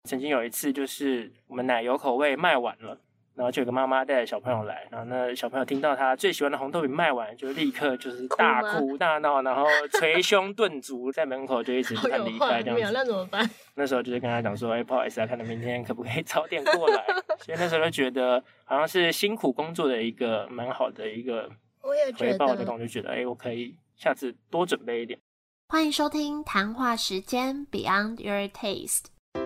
曾经有一次就是我们奶油口味卖完了，然后就有个妈妈带着小朋友来，然后那小朋友听到他最喜欢的红豆饼卖完，就立刻就是大哭大闹，然后捶胸顿足，在门口就一直不肯离开这样子。 那怎么办？ 那时候就是跟他讲说，不好意思啊，看到明天可不可以早点过来。所以那时候就觉得好像是辛苦工作的一个蛮好的一个回报的，我就觉得我可以下次多准备一点。 欢迎收听谈话时间 Beyond Your Taste。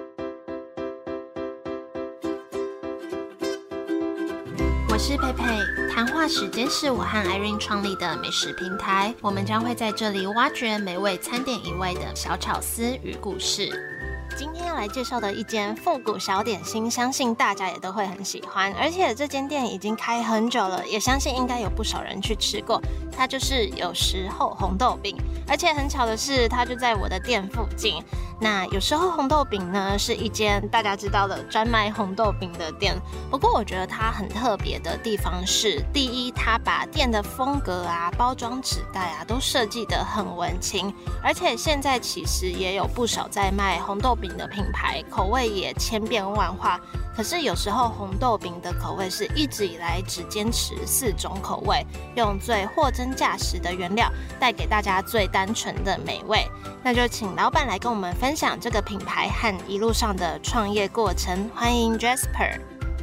我是佩佩，谈话时间是我和 Irene 创立的美食平台，我们将会在这里挖掘美味餐点以外的小巧思与故事。今天要来介绍的一间复古小点心，相信大家也都会很喜欢，而且这间店已经开很久了，也相信应该有不少人去吃过。它就是有时候红豆饼，而且很巧的是，它就在我的店附近。那有时候红豆饼呢，是一间大家知道的专卖红豆饼的店。不过我觉得它很特别的地方是，第一，它把店的风格啊、包装纸袋啊都设计得很文青，而且现在其实也有不少在卖红豆饼的品牌，口味也千变万化。可是有时候红豆饼的口味是一直以来只坚持4种口味，用最货真价实的原料，带给大家最单纯的美味。那就请老板来跟我们分享这个品牌和一路上的创业过程。欢迎 Jasper。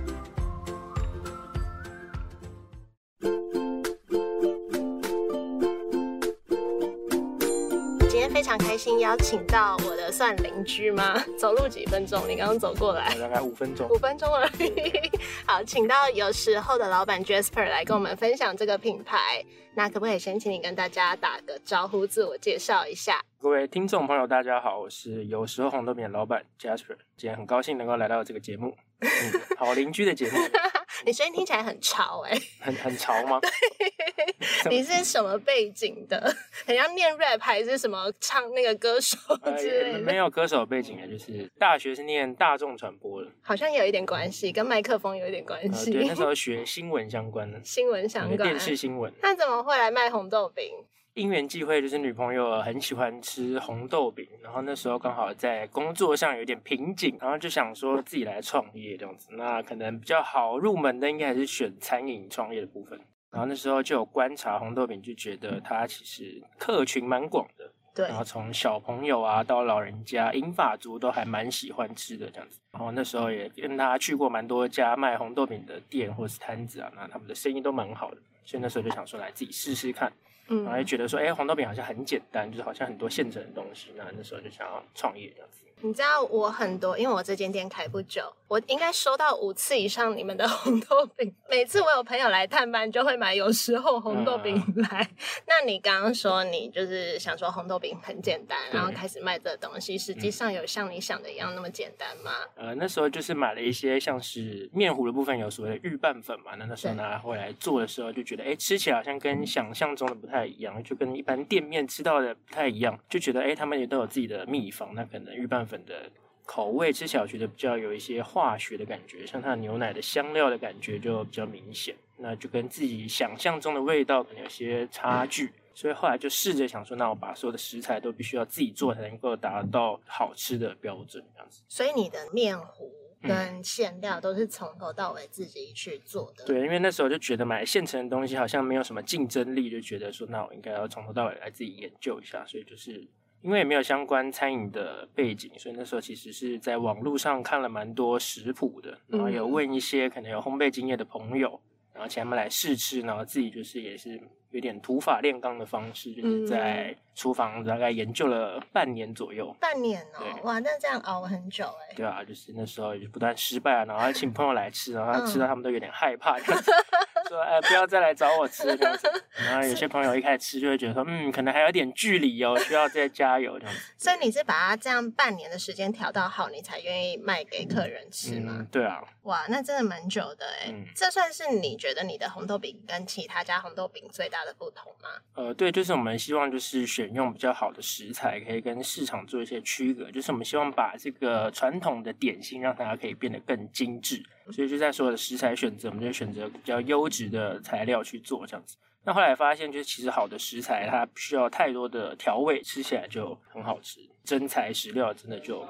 非常开心邀请到我的算邻居吗？走路几分钟？你刚刚走过来， 大概5分钟 ，5分钟而已。好，请到有时候的老板 Jasper 来跟我们分享这个品牌。那可不可以先请你跟大家打个招呼，自我介绍一下？ 各位听众朋友，大家好，我是有时候红豆饼的老板 Jasper， 今天很高兴能够来到这个节目，好邻居的节目。 你声音听起来很潮很潮吗？ 你是什么背景的？很像念 rap 还是什么唱那个歌手之类的？ 没有歌手背景的，就是大学是念大众传播的， 好像有一点关系，跟麦克风有一点关系。 对，那时候学新闻相关的， 新闻相关， 电视新闻。 那怎么会来卖红豆饼？ 因缘际会，就是女朋友很喜欢吃红豆饼，然后那时候刚好在工作上有点瓶颈，然后就想说自己来创业这样子。那可能比较好入门的应该还是选餐饮创业的部分。然后那时候就有观察红豆饼，就觉得它其实客群蛮广的， 对。 然后从小朋友啊到老人家、银发族都还蛮喜欢吃的这样子。然后那时候也跟他去过蛮多家卖红豆饼的店或是摊子啊，那他们的生意都蛮好的，所以那时候就想说来自己试试看。然后也觉得说，红豆饼好像很简单，就是好像很多现成的东西。那时候就想要创业这样子。 你知道我很多，因为我这间店开不久，我应该收到5次以上你们的红豆饼。每次我有朋友来探班，就会买有时候红豆饼来。那你刚刚说你就是想说红豆饼很简单，然后开始卖这东西，实际上有像你想的一样那么简单吗？ 那时候就是买了一些像是面糊的部分，有所谓的预拌粉嘛。那时候拿回来做的时候，就觉得吃起来好像跟想象中的不太一样，就跟一般店面吃到的不太一样，就觉得他们也都有自己的秘方。那可能预拌粉的口味吃起来我觉得比较有一些化学的感觉，像它的牛奶的香料的感觉就比较明显，那就跟自己想象中的味道可能有些差距。所以后来就试着想说，那我把所有的食材都必须要自己做才能够达到好吃的标准这样子。 所以你的面糊跟馅料都是从头到尾自己去做的。 对，因为那时候就觉得买现成的东西好像没有什么竞争力，就觉得说那我应该要从头到尾来自己研究一下。所以就是因为也没有相关餐饮的背景，所以那时候其实是在网络上看了蛮多食谱的，然后有问一些可能有烘焙经验的朋友，然后请他们来试吃，然后自己就是也是有点土法炼钢的方式，就是在厨房大概研究了半年左右。 半年哦，哇，那这样熬很久哎。 对啊，就是那时候就不断失败啊，然后还请朋友来吃，然后吃到他们都有点害怕这样子。说不要再来找我吃这样子。然后有些朋友一开始吃就会觉得说可能还有点距离哦，需要再加油这样子。 所以你是把它这样半年的时间调到好，你才愿意卖给客人吃吗？ 对啊。 哇，那真的蛮久的哎。这算是你觉得你的红豆饼跟其他家红豆饼最大的不同吗？ 对，就是我们希望就是选用比较好的食材，可以跟市场做一些区隔，就是我们希望把这个传统的点心让它可以变得更精致，所以就在所有的食材选择，我们就选择比较优质的材料去做这样子。那后来发现，就是其实好的食材它不需要太多的调味，吃起来就很好吃。真材实料真的就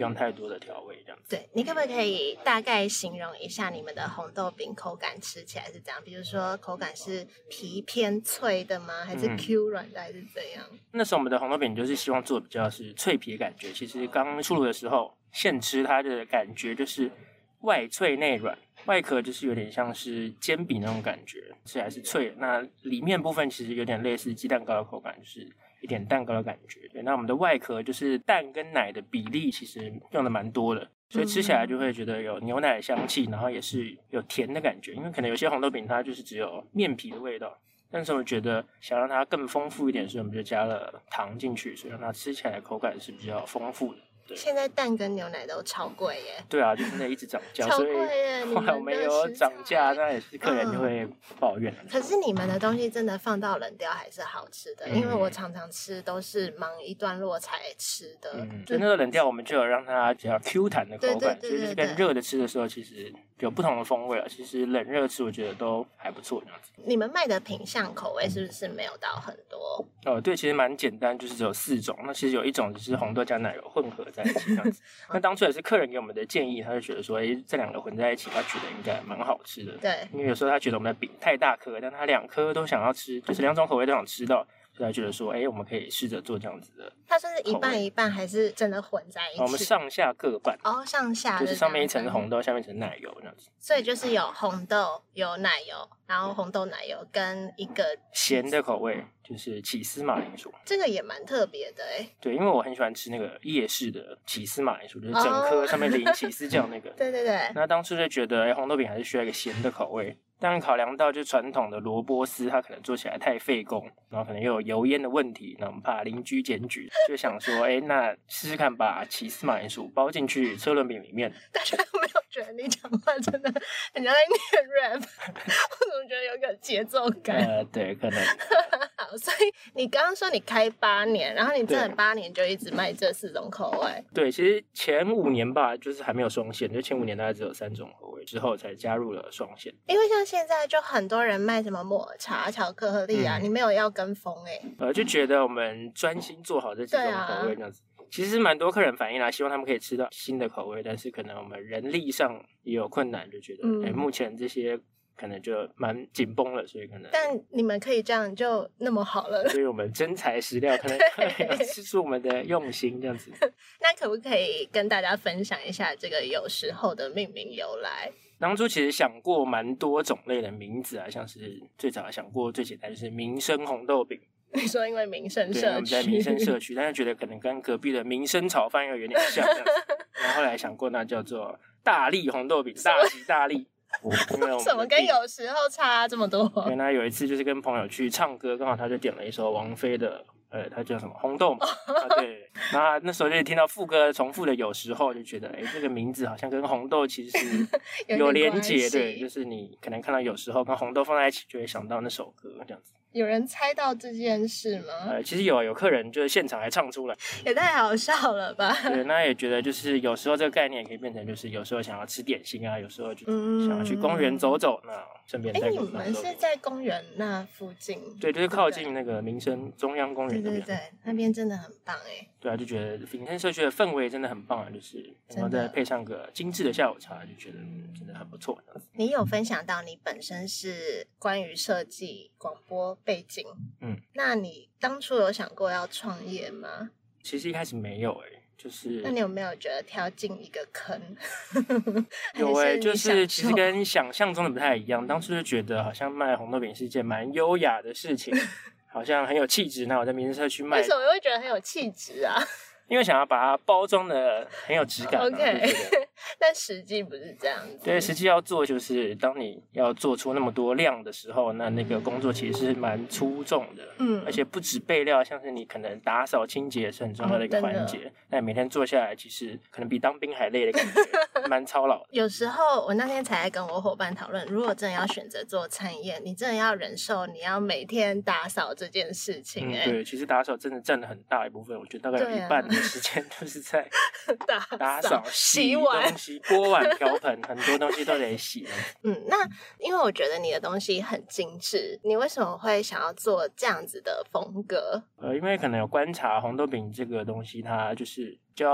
不用太多的调味这样子。 对，你可不可以大概形容一下你们的红豆饼口感吃起来是怎样？比如说口感是皮偏脆的吗？还是 Q 软的，还是怎样？ 那时候我们的红豆饼就是希望做比较是脆皮的感觉。其实刚出炉的时候，现吃它的感觉就是外脆内软，外壳就是有点像是煎饼那种感觉，吃起来是脆的。那里面部分其实有点类似鸡蛋糕的口感，就是一点蛋糕的感觉。对，那我们的外壳就是蛋跟奶的比例其实用的蛮多的，所以吃起来就会觉得有牛奶的香气，然后也是有甜的感觉。因为可能有些红豆饼它就是只有面皮的味道，但是我觉得想让它更丰富一点，所以我们就加了糖进去，所以让它吃起来的口感是比较丰富的。 现在蛋跟牛奶都超贵耶。 对啊，就现在一直涨价， 超贵耶， 所以后来我们有涨价，那也是客人就会抱怨。 可是你们的东西真的放到冷掉还是好吃的，因为我常常吃都是忙一段落才吃的。 就那个冷掉我们就有让它比较 Q 弹的口感， 对所以就是跟热的吃的时候其实有不同的风味了。其实冷热吃我觉得都还不错这样子。 你们卖的品项口味是不是没有到很多？ 对，其实蛮简单，就是只有4种。那其实有一种只是红豆加奶油混合在一起这样子。那当初也是客人给我们的建议，他就觉得说，这2个混在一起，他觉得应该蛮好吃的。 对， 因为有时候他觉得我们的饼太大颗，但他2颗都想要吃，就是2种口味都想吃到，所以他觉得说，我们可以试着做这样子的。 它是一半一半，还是真的混在一起？ 我们上下各半。 上下就是上面一层是红豆，下面一层奶油这样子。 所以就是有红豆，有奶油，然后红豆奶油跟一个咸的口味，就是起司马铃薯。 这个也蛮特别的对，因为我很喜欢吃那个夜市的起司马铃薯，就是整颗上面淋起司酱那个。 对对对。 那当初就觉得，红豆饼还是需要一个咸的口味。当然考量到就传统的萝卜丝，它可能做起来太费工，然后可能又有油烟的问题，那我们怕邻居检举，就想说，那试试看把起司马铃薯包进去车轮饼里面。 大家有没有觉得你讲话真的很像在念 rap？ 我怎么觉得有个节奏感？ 对，可能。 好，所以你刚刚说你开8年，然后你真的8年就一直卖这4种口味？ 对，其实前5年吧，就是还没有双线，就前5年大概只有3种口味，之后才加入了双线。 因为像现在就很多人卖什么抹茶、巧克力啊，你没有要跟风就觉得我们专心做好这几种口味这样子。其实蛮多客人反映啦，希望他们可以吃到新的口味，但是可能我们人力上也有困难，就觉得目前这些可能就蛮紧绷了，所以可能。 但你们可以这样就那么好了， 所以我们真材实料，可能要吃出我们的用心这样子。 那可不可以跟大家分享一下这个有时候的命名由来？ 当初其实想过蛮多种类的名字啊，像是最早想过最简单就是民生红豆饼。 你说因为民生社区， 对，我们在民生社区，但是觉得可能跟隔壁的民生炒饭又有点像这样子。然后后来想过那叫做大力红豆饼，大吉大利。 怎么跟有时候差这么多？ 对，那有一次就是跟朋友去唱歌，刚好他就点了一首王菲的，他叫什么红豆嘛，对。然后那时候就听到副歌重复的有时候，就觉得这个名字好像跟红豆其实是有连结，对，就是你可能看到有时候跟红豆放在一起，就会想到那首歌这样子。 有人猜到这件事吗？ 其实有客人就是现场还唱出来， 也太好笑了吧？ 对，那也觉得就是有时候这个概念也可以变成就是有时候想要吃点心啊，有时候就想要去公园走走，那顺便带你们是在公园那附近？ 对，就是靠近那个民生中央公园那边。 对，那边真的很棒对啊，就觉得民生社区的氛围真的很棒啊，就是然后再配上个精致的下午茶，就觉得真的很不错。 你有分享到你本身是关于设计广播背景，那你当初有想过要创业吗？ 其实一开始没有就是那你有没有觉得跳进一个坑？ 有就是其实跟想象中的不太一样。当初就觉得好像卖红豆饼是一件蛮优雅的事情，好像很有气质。那我在民生社区卖， 为什么会觉得很有气质啊？ 因为想要把它包装的很有质感。 OK， 但实际不是这样子。 对，实际要做就是当你要做出那么多量的时候，那个工作其实是蛮粗重的。而且不止备料，像是你可能打扫清洁也是很重要的一个环节。那每天做下来，其实可能比当兵还累的感觉，蛮操劳的。 有时候我那天才跟我伙伴讨论，如果真的要选择做餐饮业，你真的要忍受你要每天打扫这件事情。 对，其实打扫真的占了很大一部分，我觉得大概有一半的时间就是在打扫、 洗碗、 东西、锅碗瓢盆，很多东西都得洗。 那因为我觉得你的东西很精致，你为什么会想要做这样子的风格？ 因为可能有观察红豆饼这个东西，它就要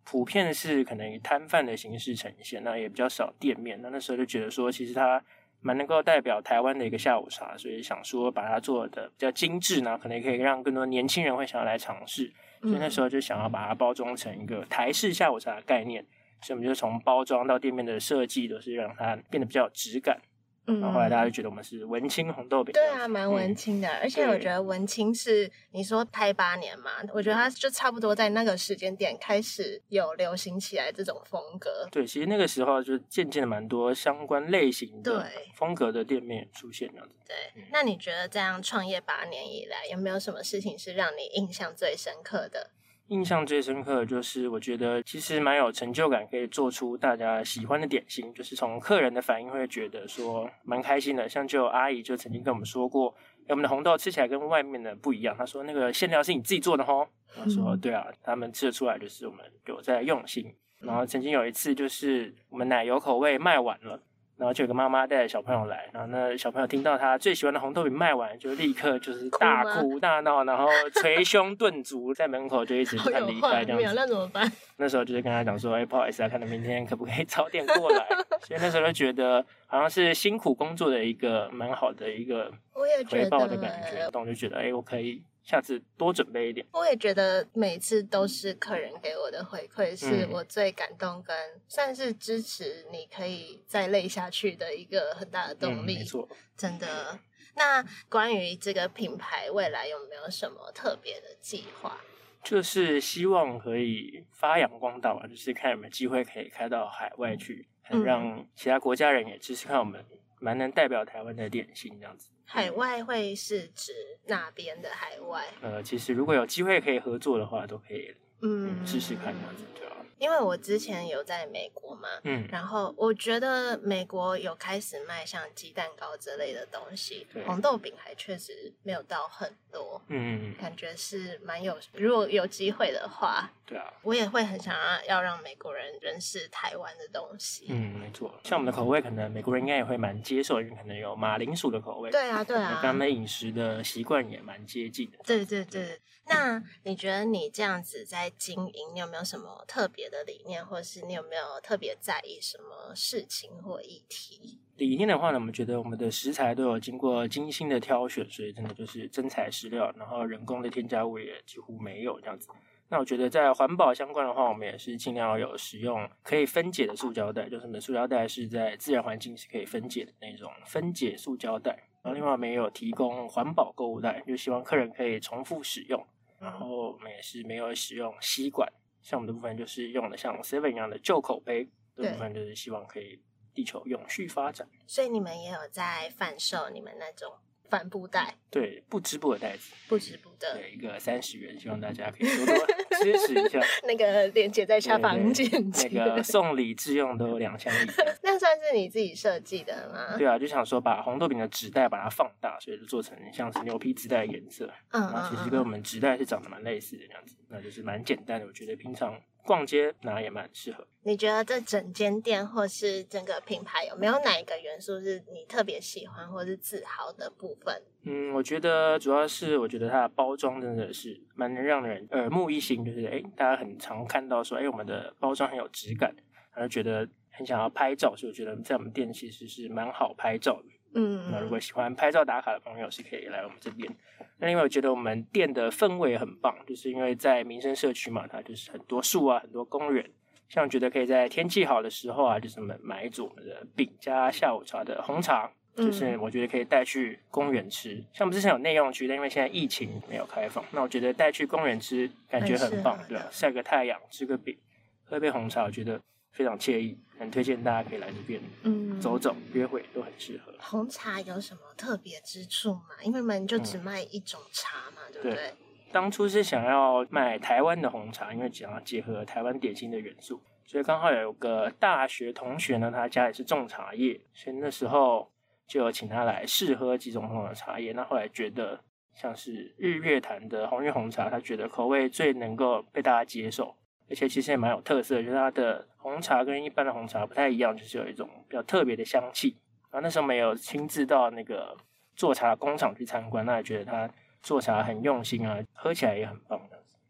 普遍是可能以摊贩的形式呈现，那也比较少店面。那时候就觉得说，其实它蛮能够代表台湾的一个下午茶，所以想说把它做的比较精致呢，可能可以让更多年轻人会想要来尝试。所以那时候就想要把它包装成一个台式下午茶的概念，所以我们就从包装到店面的设计都是让它变得比较有质感。然后后来大家就觉得我们是文青红豆饼。 对啊，蛮文青的，而且我觉得文青是你说拍8年嘛，我觉得它就差不多在那个时间点开始有流行起来这种风格。 对，其实那个时候就渐渐的蛮多相关类型的风格的店面出现这样子。 对，那你觉得这样创业8年以来，有没有什么事情是让你印象最深刻的？ 印象最深刻的就是我觉得其实蛮有成就感，可以做出大家喜欢的点心，就是从客人的反应会觉得说蛮开心的。像就有阿姨就曾经跟我们说过，我们的红豆吃起来跟外面的不一样，她说那个馅料是你自己做的齁。我说对啊，他们吃得出来就是我们有在用心。然后曾经有一次就是我们奶油口味卖完了，然后就有个妈妈带着小朋友来，然后那小朋友听到他最喜欢的红豆饼卖完，就立刻就是大哭大闹，然后捶胸顿足，在门口就一直不肯离开这样子。 那怎么办？ 那时候就是跟他讲说，不好意思啊，看能明天可不可以早点过来。所以那时候就觉得好像是辛苦工作的一个蛮好的一个回报的感觉，我就觉得我可以下次多准备一点。 我也觉得每次都是客人给我的回馈，是我最感动跟算是支持你可以再累下去的一个很大的动力。 没错， 真的。那关于这个品牌未来有没有什么特别的计划？ 就是希望可以发扬光大吧，就是看有没有机会可以开到海外去，让其他国家人也试试看我们蛮能代表台湾的点心这样子。 海外会是指哪边的海外？ 其实如果有机会可以合作的话，都可以试试看这样子，对啊。 因为我之前有在美国嘛，然后我觉得美国有开始卖像鸡蛋糕之类的东西，红豆饼还确实没有到很多，感觉是蛮有，如果有机会的话， 对啊， 我也会很想要让美国人认识台湾的东西。 没错，像我们的口味，可能美国人应该也会蛮接受，因为可能有马铃薯的口味， 对啊，跟他们饮食的习惯也蛮接近的。 对。那你觉得你这样子在经营，你有没有什么特别的理念，或是你有没有特别在意什么事情或议题？ 理念的话呢，我们觉得我们的食材都有经过精心的挑选，所以真的就是真材实料，然后人工的添加物也几乎没有这样子。那我觉得在环保相关的话，我们也是尽量有使用可以分解的塑胶袋，就是我们的塑胶袋是在自然环境是可以分解的那种分解塑胶袋。然后另外我们也有提供环保购物袋，就希望客人可以重复使用。然后我们也是没有使用吸管，像我们的部分就是用的像 Seven 一样的旧口杯的部分，就是希望可以地球永续发展。 所以你们也有在贩售你们那种帆布袋？ 对，不织布的袋子， 不织布的， 对，一个30元，希望大家可以多多支持一下。 那个链接在下方链接， 那个送礼自用都有2箱礼。 那算是你自己设计的吗？ 对啊，就想说把红豆饼的纸袋把它放大，所以就做成像是牛皮纸袋的颜色。然后其实跟我们纸袋是长得蛮类似的这样子，那就是蛮简单的，我觉得平常逛街拿也蛮适合。 你觉得这整间店或是整个品牌有没有哪一个元素是你特别喜欢或是自豪的部分？ 我觉得主要是我觉得它的包装真的是蛮能让人耳目一新，就是大家很常看到说我们的包装很有质感，然后觉得很想要拍照，所以我觉得在我们店其实是蛮好拍照的。那如果喜欢拍照打卡的朋友是可以来我们这边。那因为我觉得我们店的氛围很棒，就是因为在民生社区嘛，它就是很多树啊，很多公园。像我觉得可以在天气好的时候啊，就是我们买一组我们的饼加下午茶的红茶，就是我觉得可以带去公园吃。像我们之前有内用区，但因为现在疫情没有开放，那我觉得带去公园吃感觉很棒，对吧？晒个太阳，吃个饼，喝杯红茶，我觉得非常惬意，很推荐大家可以来这边走走约会都很适合。 红茶有什么特别之处吗？因为你们就只卖一种茶嘛，对不对？ 当初是想要卖台湾的红茶，因为想要结合台湾点心的元素，所以刚好有个大学同学呢，他家里是种茶叶，所以那时候就有请他来试喝几种不同的茶叶。那后来觉得像是日月潭的红玉红茶，他觉得口味最能够被大家接受，而且其实也蛮有特色，就是它的红茶跟一般的红茶不太一样，就是有一种比较特别的香气。然后那时候没有亲自到那个做茶工厂去参观，那也觉得他做茶很用心啊，喝起来也很棒的。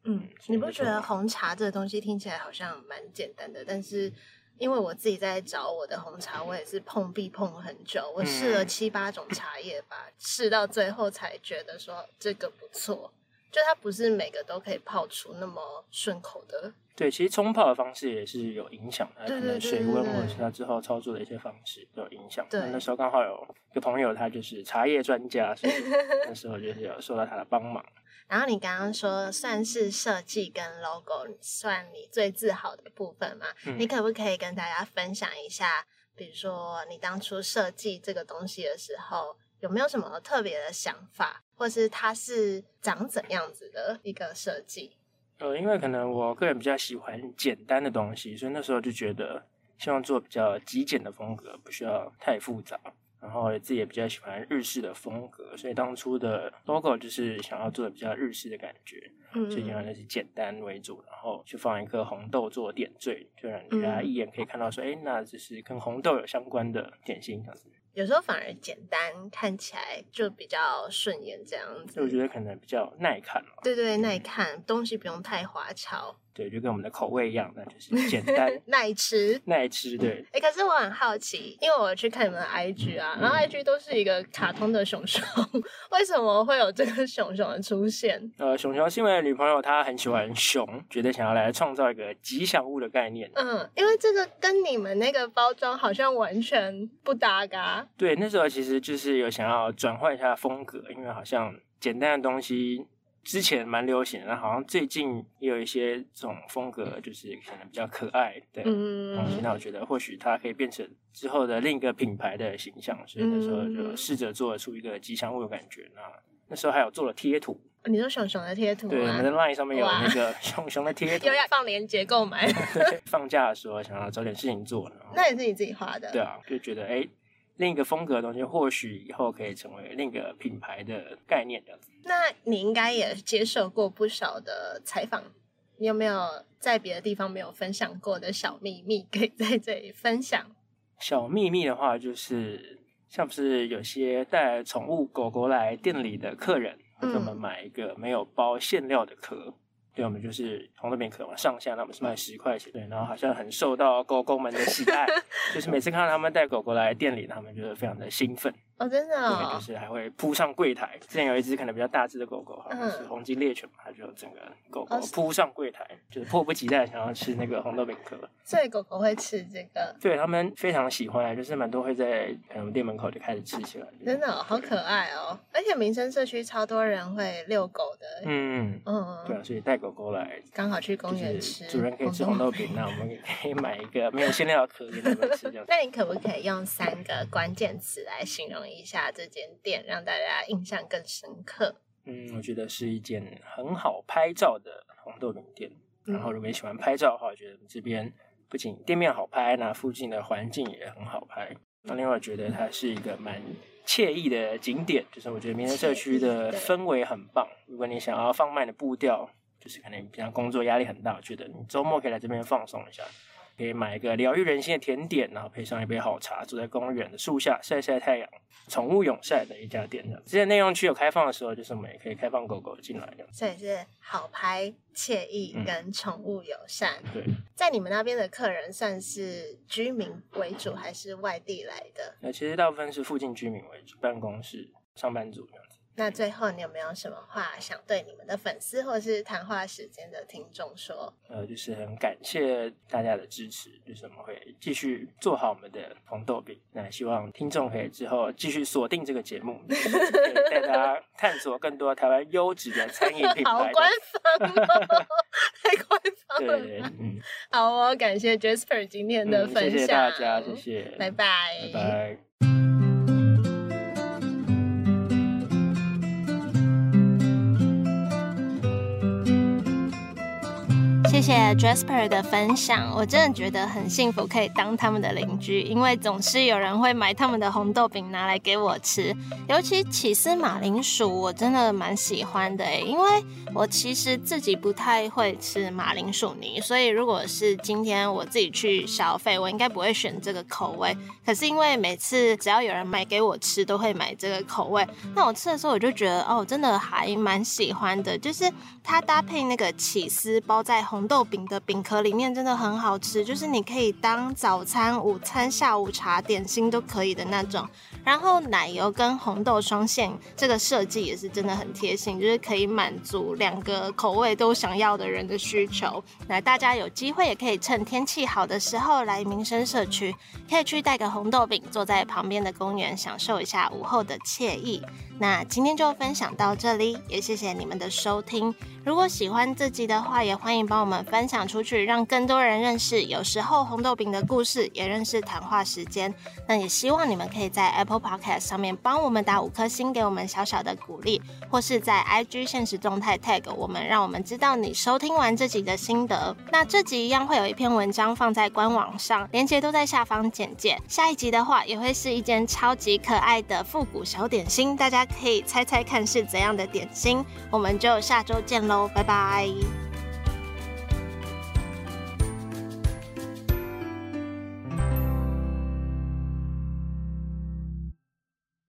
你不觉得红茶这个东西听起来好像蛮简单的？但是因为我自己在找我的红茶，我也是碰壁碰了很久，我试了7、8种茶叶吧，试到最后才觉得说这个不错。就它不是每个都可以泡出那么顺口的。 对，其实冲泡的方式也是有影响的，可能水温或者是它之后操作的一些方式都有影响。那时候刚好有一个朋友，他就是茶叶专家，所以那时候就是有受到他的帮忙。 然后你刚刚说算是设计跟 logo 算你最自豪的部分嘛？你可不可以跟大家分享一下，比如说你当初设计这个东西的时候，有没有什么特别的想法，或是它是长怎样子的一个设计？ 因为可能我个人比较喜欢简单的东西，所以那时候就觉得希望做比较极简的风格，不需要太复杂。然后自己也比较喜欢日式的风格，所以当初的 logo 就是想要做的比较日式的感觉，所以尽量就是简单为主，然后去放一颗红豆做点缀，就让大家一眼可以看到说，那这是跟红豆有相关的点心这样子。 有时候反而简单看起来就比较顺眼这样子， 我觉得可能比较耐看嘛。 对，耐看，东西不用太花俏。 对，就跟我们的口味一样，那就是简单耐吃，对。 可是我很好奇，因为我去看你们的 IG 啊，然后 IG 都是一个卡通的熊熊，为什么会有这个熊熊的出现？ 熊熊是因为女朋友她很喜欢熊，觉得想要来创造一个吉祥物的概念。 因为这个跟你们那个包装好像完全不搭嘎。 对，那时候其实就是有想要转换一下风格，因为好像简单的东西之前蛮流行的，然后好像最近也有一些这种风格，就是可能比较可爱的东西。那我觉得或许它可以变成之后的另一个品牌的形象，所以那时候就试着做出一个吉祥物的感觉。那时候还有做了贴图。 你说熊熊的贴图吗？ 对，我们的 LINE 上面有那个熊熊的贴图， 又要放链接购买。 对，放假的时候想要找点事情做， 那也是你自己画的？ 对啊，就觉得另一个风格的东西，或许以后可以成为另一个品牌的概念这样子。 那你应该也接受过不少的采访，你有没有在别的地方没有分享过的小秘密可以在这里分享？ 小秘密的话，就是像不是有些带宠物狗狗来店里的客人，会给我们买一个没有包馅料的壳。对，我们就是红豆饼壳嘛，上下那我们是卖10块钱。对，然后好像很受到狗狗们的喜爱，就是每次看到他们带狗狗来店里，他们就非常的兴奋。 真的对，就是还会扑上柜台。之前有一只可能比较大只的狗狗，好像是黄金猎犬嘛，它就整个狗狗扑上柜台，就是迫不及待想要吃那个红豆饼壳。 所以狗狗会吃这个？ 对，他们非常喜欢，就是蛮多会在可能店门口就开始吃起来。 真的好可爱哦！而且民生社区超多人会遛狗的。 对啊，所以带狗狗来， 刚好去公园吃， 主人可以吃红豆饼，那我们也可以买一个没有馅料的壳给他们吃这样。 那你可不可以用3个关键词来形容一下这间店，让大家印象更深刻？ 我觉得是一间很好拍照的红豆饼店。然后如果你喜欢拍照的话，我觉得这边不仅店面好拍，那附近的环境也很好拍。那另外觉得它是一个蛮惬意的景点，就是我觉得民生社区的氛围很棒。如果你想要放慢的步调，就是可能平常工作压力很大，我觉得你周末可以来这边放松一下，可以买一个疗愈人心的甜点，然后配上一杯好茶，坐在公园的树下晒晒太阳，宠物友善的一家店。之前内容区有开放的时候，就是我们也可以开放狗狗进来这样。 所以是好拍、惬意跟宠物友善。 对， 在你们那边的客人算是居民为主还是外地来的？ 其实大部分是附近居民为主，办公室、上班族这样子。 那最后你有没有什么话想对你们的粉丝或是谈话时间的听众说？ 就是很感谢大家的支持，就是我们会继续做好我们的红豆饼。那希望听众可以之后继续锁定这个节目，可以带大家探索更多台湾优质的餐饮品牌。 好官方哦，太官方了。 对， 好哦，感谢 Jasper 今天的分享， 谢谢大家，谢谢， 拜拜， 拜拜。 谢谢 Jasper 的分享，我真的觉得很幸福可以当他们的邻居，因为总是有人会买他们的红豆饼拿来给我吃，尤其起司马铃薯我真的蛮喜欢的耶，因为我其实自己不太会吃马铃薯泥，所以如果是今天我自己去消费，我应该不会选这个口味，可是因为每次只要有人买给我吃都会买这个口味，那我吃的时候我就觉得真的还蛮喜欢的，就是它搭配那个起司包在红豆饼的饼壳里面真的很好吃，就是你可以当早餐、午餐、下午茶、点心都可以的那种。然后奶油跟红豆双馅这个设计也是真的很贴心，就是可以满足2个口味都想要的人的需求。那大家有机会也可以趁天气好的时候来民生社区，可以去带个红豆饼，坐在旁边的公园享受一下午后的惬意。那今天就分享到这里，也谢谢你们的收听。如果喜欢这集的话，也欢迎帮我们分享出去，让更多人认识有时候红豆饼的故事，也认识谈话时间。那也希望你们可以在 Apple Podcast 上面帮我们打5颗星，给我们小小的鼓励，或是在 IG 限时动态 tag 我们，让我们知道你收听完这集的心得。那这集一样会有一篇文章放在官网上，连结都在下方简介。下一集的话也会是一间超级可爱的复古小点心，大家可以猜猜看是怎样的点心。我们就下周见咯，拜拜。